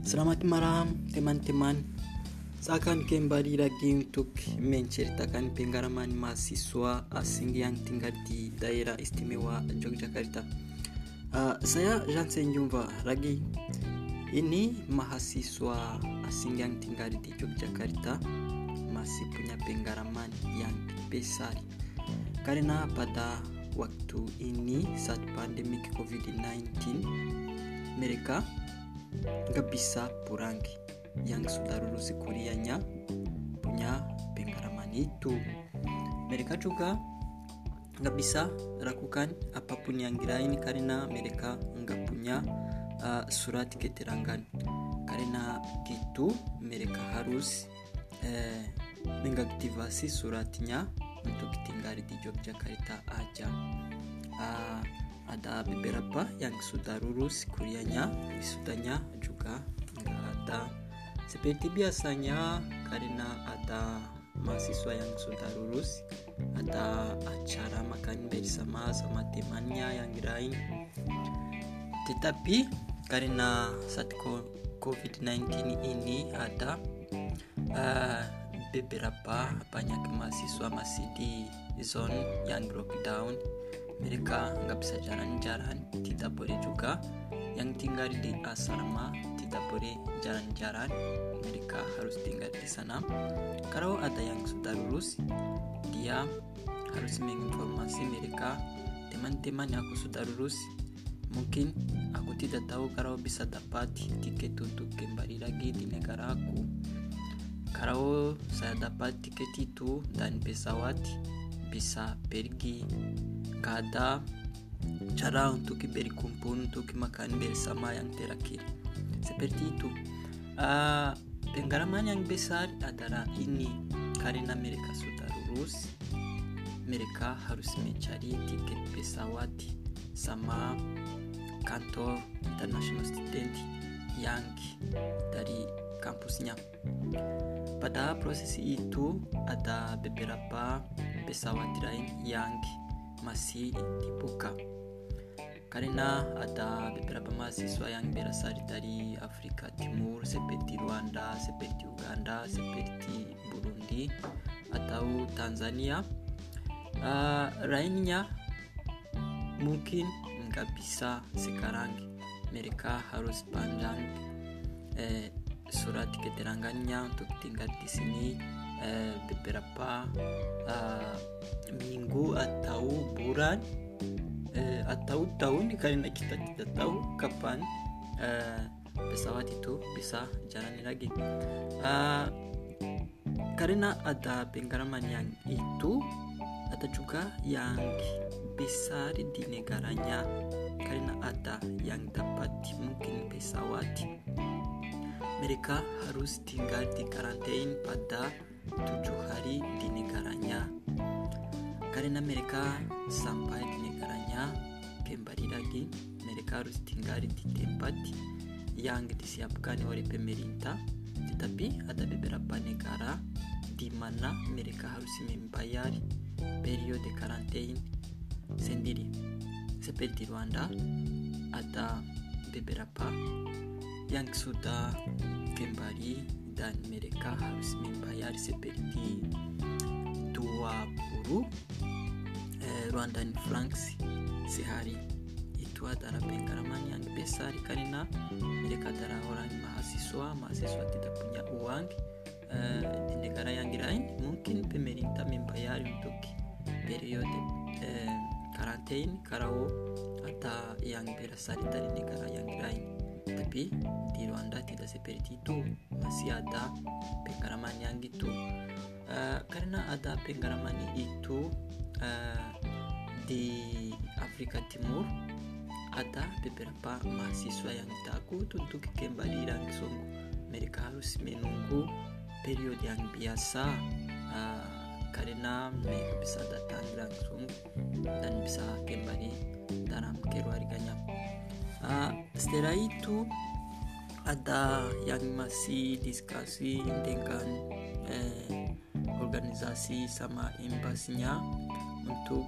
Selamat malam teman-teman. Saya akan kembali lagi untuk menceritakan pengalaman mahasiswa asing yang tinggal di daerah istimewa Yogyakarta. Saya Jansen Jumva lagi. Ini mahasiswa asing yang tinggal di Yogyakarta masih punya pengalaman yang besar. Karena pada waktu ini saat pandemi COVID-19 mereka gak bisa pulang. Yang sudah lulus kuliahnya punya pengalaman itu. Mereka juga gak bisa lakukan apapun yang lain karena mereka gak punya surat keterangan. Karena gitu mereka harus mengaktifasi suratnya untuk tinggal di Yogyakarta aja. Ada beberapa yang sudah lulus kuliahnya, wisudanya juga nggak ada seperti biasanya. Karena ada mahasiswa yang sudah lulus, ada acara makan bersama sama temannya yang lain. Tetapi karena saat COVID-19 ini ada beberapa banyak mahasiswa masih di zone yang lockdown. Mereka nggak bisa jalan-jalan, tidak boleh juga. Yang tinggal di asrama tidak boleh jalan-jalan, mereka harus tinggal di sana. Kalau ada yang sudah lulus, dia harus menginformasi mereka, teman-teman aku sudah lulus, mungkin aku tidak tahu kalau bisa dapat tiket untuk kembali lagi di negara aku. Kalau saya dapat tiket itu dan pesawat bisa pergi, gak ada cara untuk berkumpul untuk makan bersama yang terakhir. Seperti itu. Pengalaman yang besar adalah ini. Karena mereka sudah lulus, mereka harus mencari tiket pesawat sama kantor international student yang dari kampusnya. Pada proses itu ada beberapa pesawat lain yang masih dibuka. Karena ada beberapa mahasiswa yang berasal dari Afrika Timur seperti Rwanda, seperti Uganda, seperti Burundi atau Tanzania. Lainnya mungkin nggak bisa sekarang. Mereka harus panjang surat keterangannya untuk tinggal di sini beberapa minggu atau bulan atau tahun, karena kita tidak tahu kapan pesawat itu bisa jalan lagi. Karena ada pengalaman yang itu, ada juga yang besar di negaranya. Karena ada yang dapat mungkin pesawat, mereka harus tinggal di karantina pada 7 hari di negaranya. Karena mereka sampai di negaranya kembali lagi, mereka harus tinggal di tempat yang disiapkan oleh pemerintah. Tetapi ada beberapa negara di mana mereka harus membayar periode karantina sendiri. Seperti Rwanda, ada beberapa yang sudah kembali dan mereka harus membayar seperti 20 Rwandan francs sehari. Itu adalah pengalaman yang besar karena mereka adalah orang mahasiswa tidak punya uang. Di negara yang lain mungkin pemerintah membayar untuk periode karantina kalau ada yang berasal dari negara yang lain. Tapi di Rwanda tidak seperti itu, masih ada pengalaman yang gitu. Karena ada pengalaman itu di Afrika Timur, ada beberapa mahasiswa yang takut untuk kembali langsung. Mereka harus menunggu periode yang biasa karena mereka bisa datang langsung dan bisa kembali dalam keluarganya. Setelah itu ada yang masih diskusi dengan organisasi sama embasinya untuk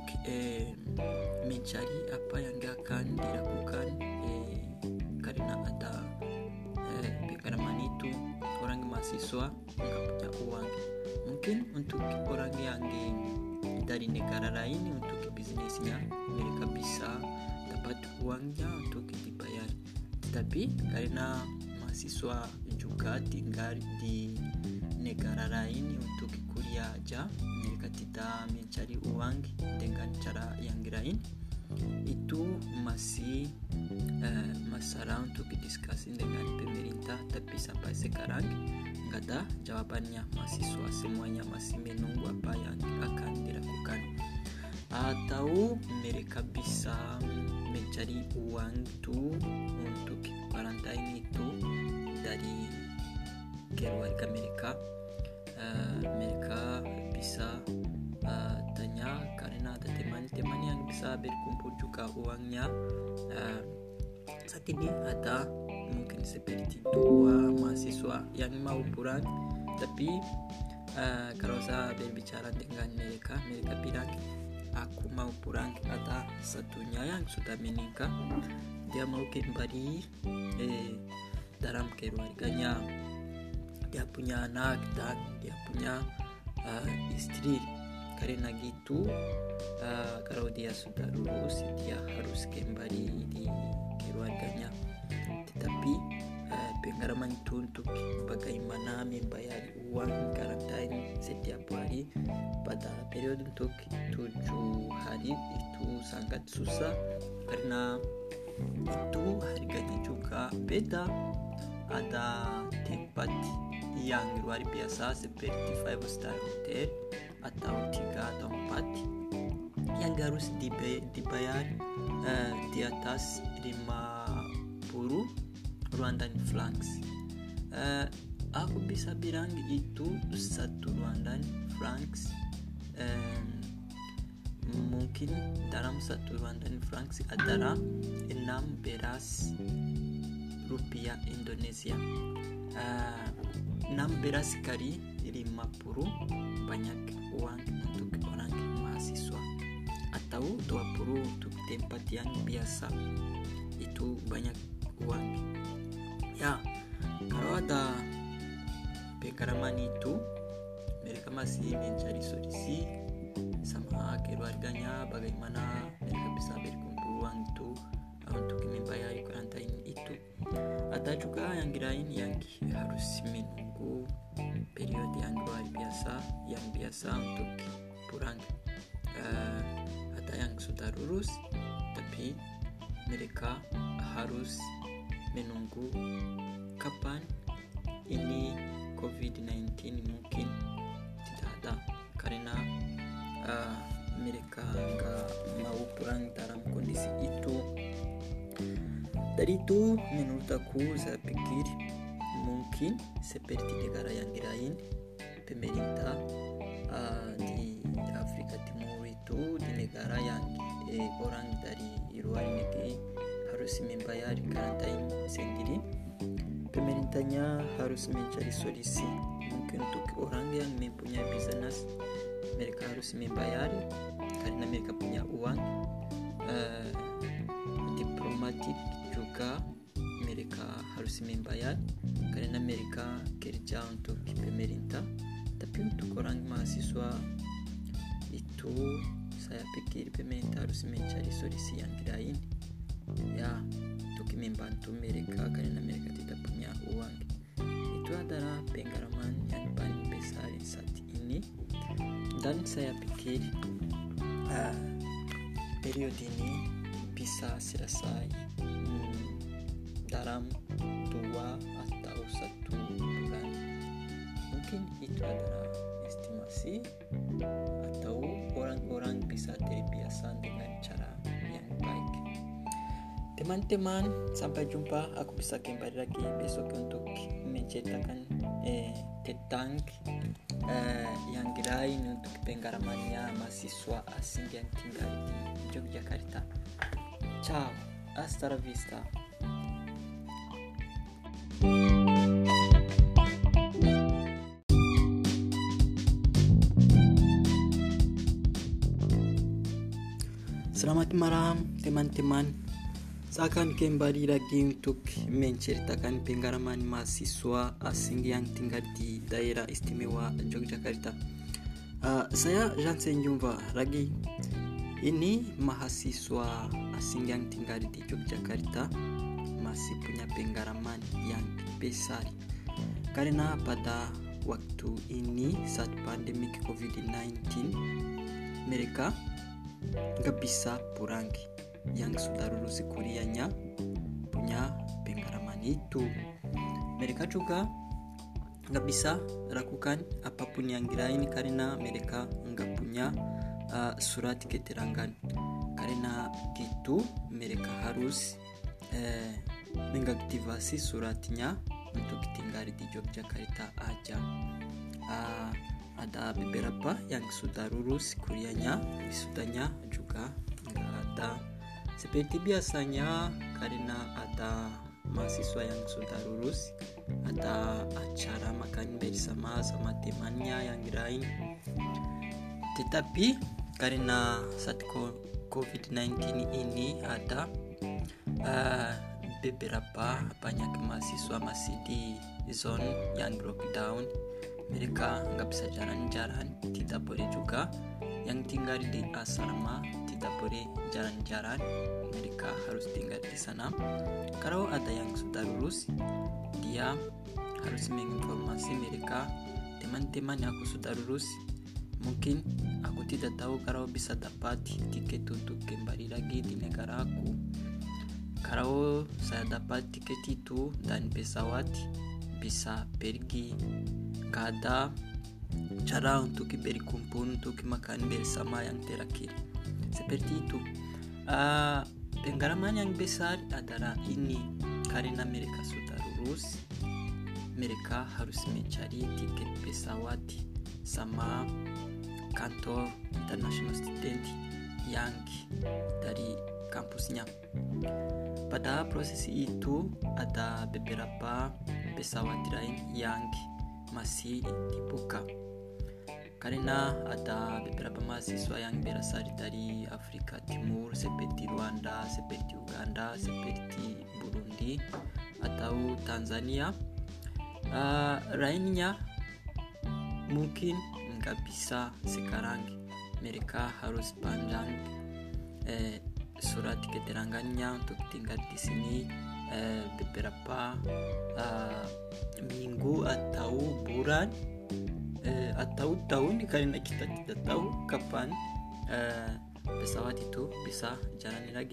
mencari apa yang akan dilakukan karena ada pengalaman itu orang mahasiswa nggak punya uang. Mungkin untuk orang yang dari negara lain untuk bisnisnya mereka bisa dapat uangnya untuk dibayar, tetapi karena mahasiswa juga tinggal di negara lain untuk kuliah aja, mereka tidak mencari uang dengan cara yang lain. Itu masih masalah untuk diskusi dengan pemerintah, tapi sampai sekarang nggak ada jawabannya. Mahasiswa semuanya masih menunggu apa yang akan dilakukan, atau mereka bisa mencari uang itu untuk karantina itu dari keluarga mereka. Mereka bisa tanya karena ada teman-teman yang bisa berkumpul juga uangnya. Saat ini ada mungkin seperti 2 mahasiswa yang mau pulang, tapi kalau saya berbicara dengan mereka bilang aku mau pulang. Ada satunya yang sudah menikah, dia mau kembali dalam keluarganya, dia punya anak dan dia punya istri. Karena gitu kalau dia sudah lulus dia harus kembali di keluarganya. Tetapi pengalaman itu untuk bagaimana membayar uang karantina setiap hari pada periode untuk 7 hari itu sangat susah, karena itu harganya juga beda. Ada tempat yang luar biasa seperti 5 star hotel atau 3 atau 4 yang harus dibayar di atas 50 Rwandan francs. Aku bisa bilang itu 1 Rwandan francs, mungkin dalam 1 Rwandan francs adalah 16 rupiah Indonesia. 16 kali 50 banyak uang untuk orang mahasiswa, atau 20 untuk tempat yang biasa itu banyak uang. Ya, kalau ada pengalaman itu mereka masih mencari solusi sama keluarganya, bagaimana mereka bisa berkumpul uang itu untuk membayar karantina itu. Ada juga yang lain yang harus menunggu periode yang luar biasa, yang biasa untuk pulang. Ada yang sudah lulus tapi mereka harus menunggu kapan ini COVID-19 mungkin tidak ada, karena mereka nggak mau pulang dalam kondisi itu. Dari itu menurut aku, saya pikir mungkin seperti negara yang lain, pemerintah di Afrika Timur itu, di negara yang orang dari luar negeri harus membayar karantina sendiri, pemerintahnya harus mencari solusi. Mungkin untuk orang yang mempunyai bisnis, mereka harus membayar karena mereka punya uang. Diplomatik juga mereka harus membayar karena mereka kerja untuk pemerintah. Tapi untuk orang mahasiswa itu, saya pikir pemerintah harus mencari solusi yang lain, ya, untuk membantu mereka karena mereka tidak punya uang. Itu adalah pengalaman yang paling besar saat ini, dan saya pikir periode ini bisa selesai dalam 2 atau 1 bulan. Mungkin itu adalah estimasi, atau orang-orang bisa terbiasa dengan cara yang baik. Teman-teman, sampai jumpa. Aku bisa kembali lagi besok untuk menceritakan tentang yang lain untuk pengalamannya mahasiswa asing yang tinggal di Yogyakarta. Ciao, hasta la vista. Selamat malam teman-teman. Saya akan kembali lagi untuk menceritakan pengalaman mahasiswa asing yang tinggal di daerah istimewa Yogyakarta. Saya Jansen Jumva lagi. Ini mahasiswa asing yang tinggal di Yogyakarta masih punya pengalaman yang besar. Karena pada waktu ini saat pandemi COVID-19 mereka nggak bisa pulang. Yang sudah lulus kuliahnya punya pengalaman itu. Mereka juga nggak bisa lakukan apapun yang lain karena mereka nggak punya surat keterangan. Karena gitu mereka harus mengaktifasi suratnya untuk tinggal di Yogyakarta aja. Ada beberapa yang sudah lulus kuliahnya, wisudanya juga nggak ada. Seperti biasanya, karena ada mahasiswa yang sudah lulus, ada acara makan bersama sama temannya yang lain. Tetapi karena saat COVID-19 ini ada beberapa banyak mahasiswa masih di zone yang lockdown. Mereka nggak bisa jalan-jalan, tidak boleh juga. Yang tinggal di asrama tidak boleh jalan-jalan, mereka harus tinggal di sana. Kalau ada yang sudah lulus, dia harus menginformasi mereka, teman-teman aku sudah lulus, mungkin aku tidak tahu kalau bisa dapat tiket untuk kembali lagi di negara aku. Kalau saya dapat tiket itu dan pesawat bisa pergi, gak ada cara untuk berkumpul untuk makan bersama yang terakhir. Seperti itu. Pengalaman yang besar adalah ini. Karena mereka sudah lulus, mereka harus mencari tiket pesawat sama kantor international student yang dari kampusnya. Pada proses itu ada beberapa pesawat lain yang masih dibuka. Karena ada beberapa mahasiswa yang berasal dari Afrika Timur seperti Rwanda, seperti Uganda, seperti Burundi atau Tanzania. Lainnya mungkin nggak bisa sekarang. Mereka harus panjang surat keterangannya untuk tinggal di sini beberapa minggu atau bulan atau tahun, karena kita tidak tahu kapan pesawat itu bisa jalan lagi.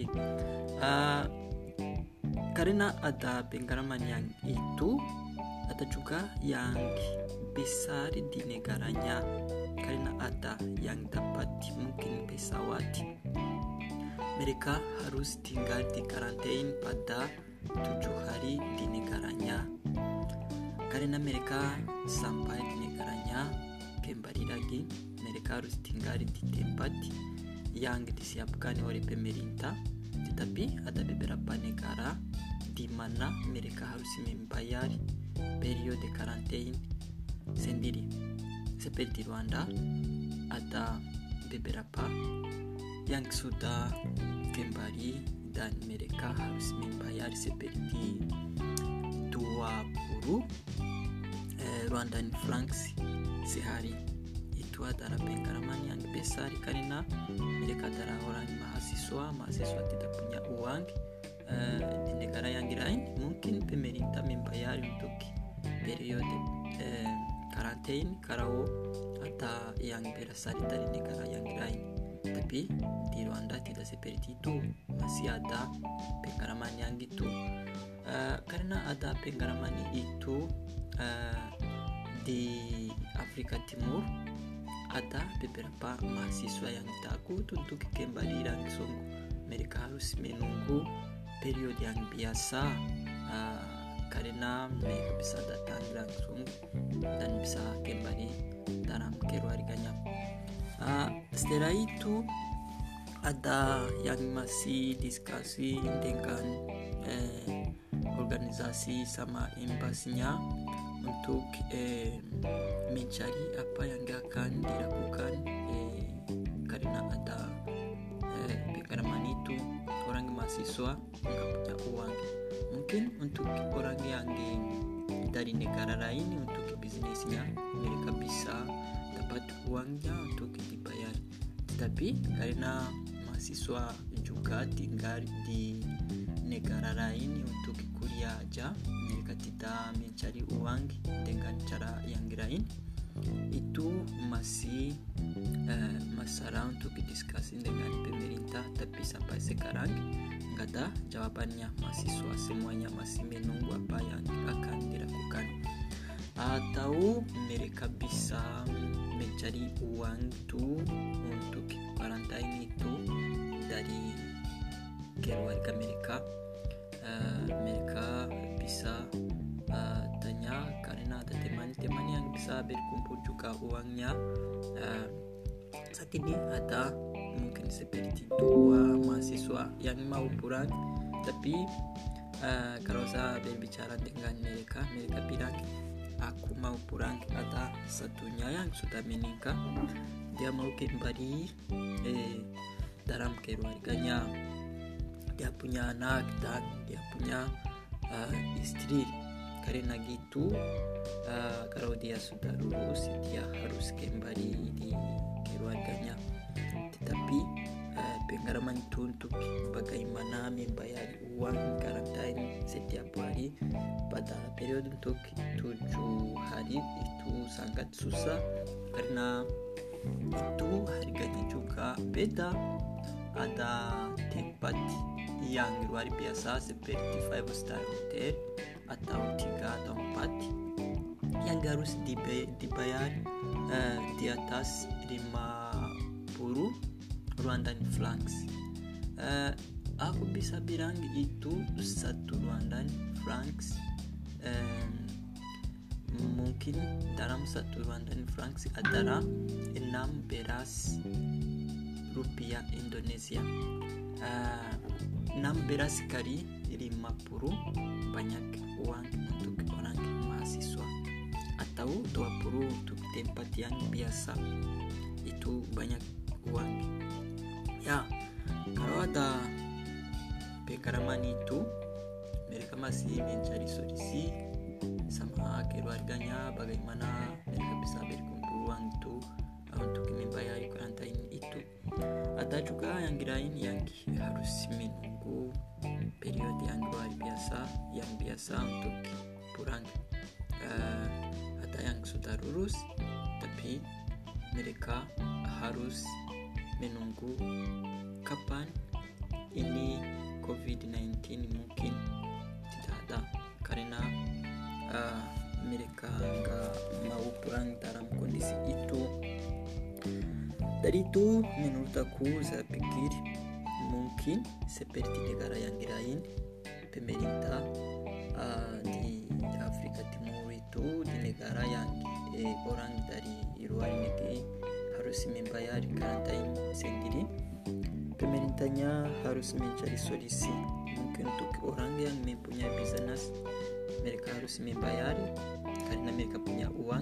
Karena ada pengalaman yang itu, ada juga yang besar di negaranya. Karena ada yang dapat mungkin pesawat, mereka harus tinggal di karantina pada 7 hari di negaranya. Karena mereka sampai di negaranya kembali lagi, mereka harus tinggal di tempat yang disiapkan oleh pemerintah. Tetapi ada beberapa negara di mana mereka harus membayar periode karantina sendiri. Seperti Rwanda, ada beberapa yang sudah kembali dan mereka harus membayar seperti 20 Rwandan francs sehari. Itu adalah pengalaman yang besar karena mereka adalah orang mahasiswa tidak punya uang. Di negara yang lain mungkin pemerintah membayar untuk periode karantina kalau ada yang berasal dari negara yang lain. Tapi di Rwanda tidak seperti itu, masih ada pengalaman yang gitu. Karena ada pengalaman itu di Afrika Timur, ada beberapa mahasiswa yang takut untuk kembali langsung. Mereka harus menunggu periode yang biasa karena mereka bisa datang langsung dan bisa kembali dalam keluarganya. Setelah itu ada yang masih diskusi dengan organisasi sama embasinya untuk mencari apa yang akan dilakukan karena ada pengalaman itu orang mahasiswa nggak punya uang. Mungkin untuk orang yang dari negara lain untuk bisnisnya mereka bisa dapat uangnya untuk dibayar. Tetapi karena mahasiswa juga tinggal di negara lain untuk kuliah aja, mereka tidak mencari uang dengan cara yang lain, itu masih masalah untuk didiskusi dengan pemerintah. Tapi sampai sekarang nggak ada jawabannya. Mahasiswa semuanya masih menunggu apa yang akan dilakukan. Atau mereka bisa mencari uang itu untuk karantina itu dari keluarga mereka. Mereka bisa tanya karena ada teman-teman yang bisa berkumpul juga uangnya. Saat ini ada mungkin seperti 2 mahasiswa yang mau pulang, tapi kalau saya berbicara dengan mereka bilang aku mau pulang. Ada satunya yang sudah menikah, dia mau kembali dalam keluarganya. Dia punya anak dan dia punya istri. Karena gitu kalau dia sudah lulus dia harus kembali di keluarganya. Tetapi pengalaman itu untuk bagaimana membayar uang karantina setiap hari pada periode untuk 7 hari itu sangat susah, karena itu harganya juga beda. Ada tempat yang luar biasa seperti 5 star hotel atau 3 atau 4 yang harus dibayar di atas 50 Rwandan francs. Aku bisa bilang itu 1 Rwandan francs, mungkin dalam 1 Rwandan francs adalah 16 rupiah Indonesia. 16 kali 50 banyak uang untuk orang mahasiswa, atau 20 untuk tempat yang biasa, itu banyak uang. Ya, kalau ada pengalaman itu, mereka masih mencari solusi sama keluarganya bagaimana mereka bisa berkumpul uang itu untuk membayar karantina itu. Ada juga yang lain yang harus menunggu periode yang luar biasa, yang biasa untuk pulang. Ada yang sudah lulus tapi mereka harus menunggu kapan ini COVID-19 mungkin tidak ada, karena mereka nggak mau pulang dalam kondisi itu. Dari itu menurut aku, saya pikir mungkin seperti negara yang lain, pemerintah di Afrika Timur itu, di negara yang orang dari luar negeri harus membayar karantina sendiri, pemerintahnya harus mencari solusi. Mungkin untuk orang yang mempunyai bisnis, mereka harus membayar karena mereka punya uang.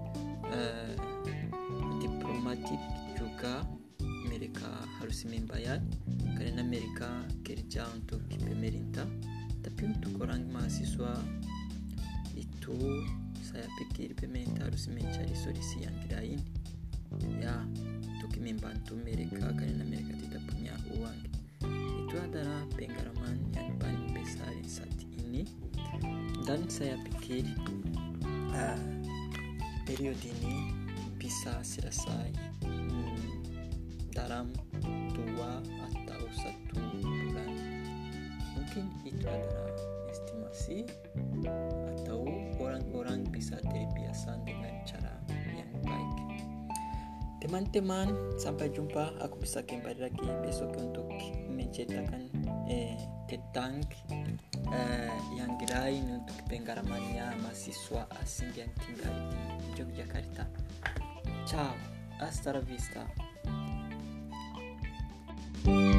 Diplomatik juga mereka harus membayar karena mereka kerja untuk pemerintah. Tapi untuk orang mahasiswa itu, saya pikir pemerintah harus mencari solusi yang lain, ya, untuk membantu mereka karena mereka tidak punya uang. Itu adalah pengalaman yang paling besar saat ini, dan saya pikir periode ini bisa selesai dalam 2 atau 1 bulan. Mungkin itu adalah estimasi, atau orang-orang bisa terbiasa dengan cara yang baik. Teman-teman, sampai jumpa. Aku bisa kembali lagi besok untuk menceritakan tentang yang lain untuk pengalamannya mahasiswa asing yang tinggal di Yogyakarta. Ciao, hasta la vista.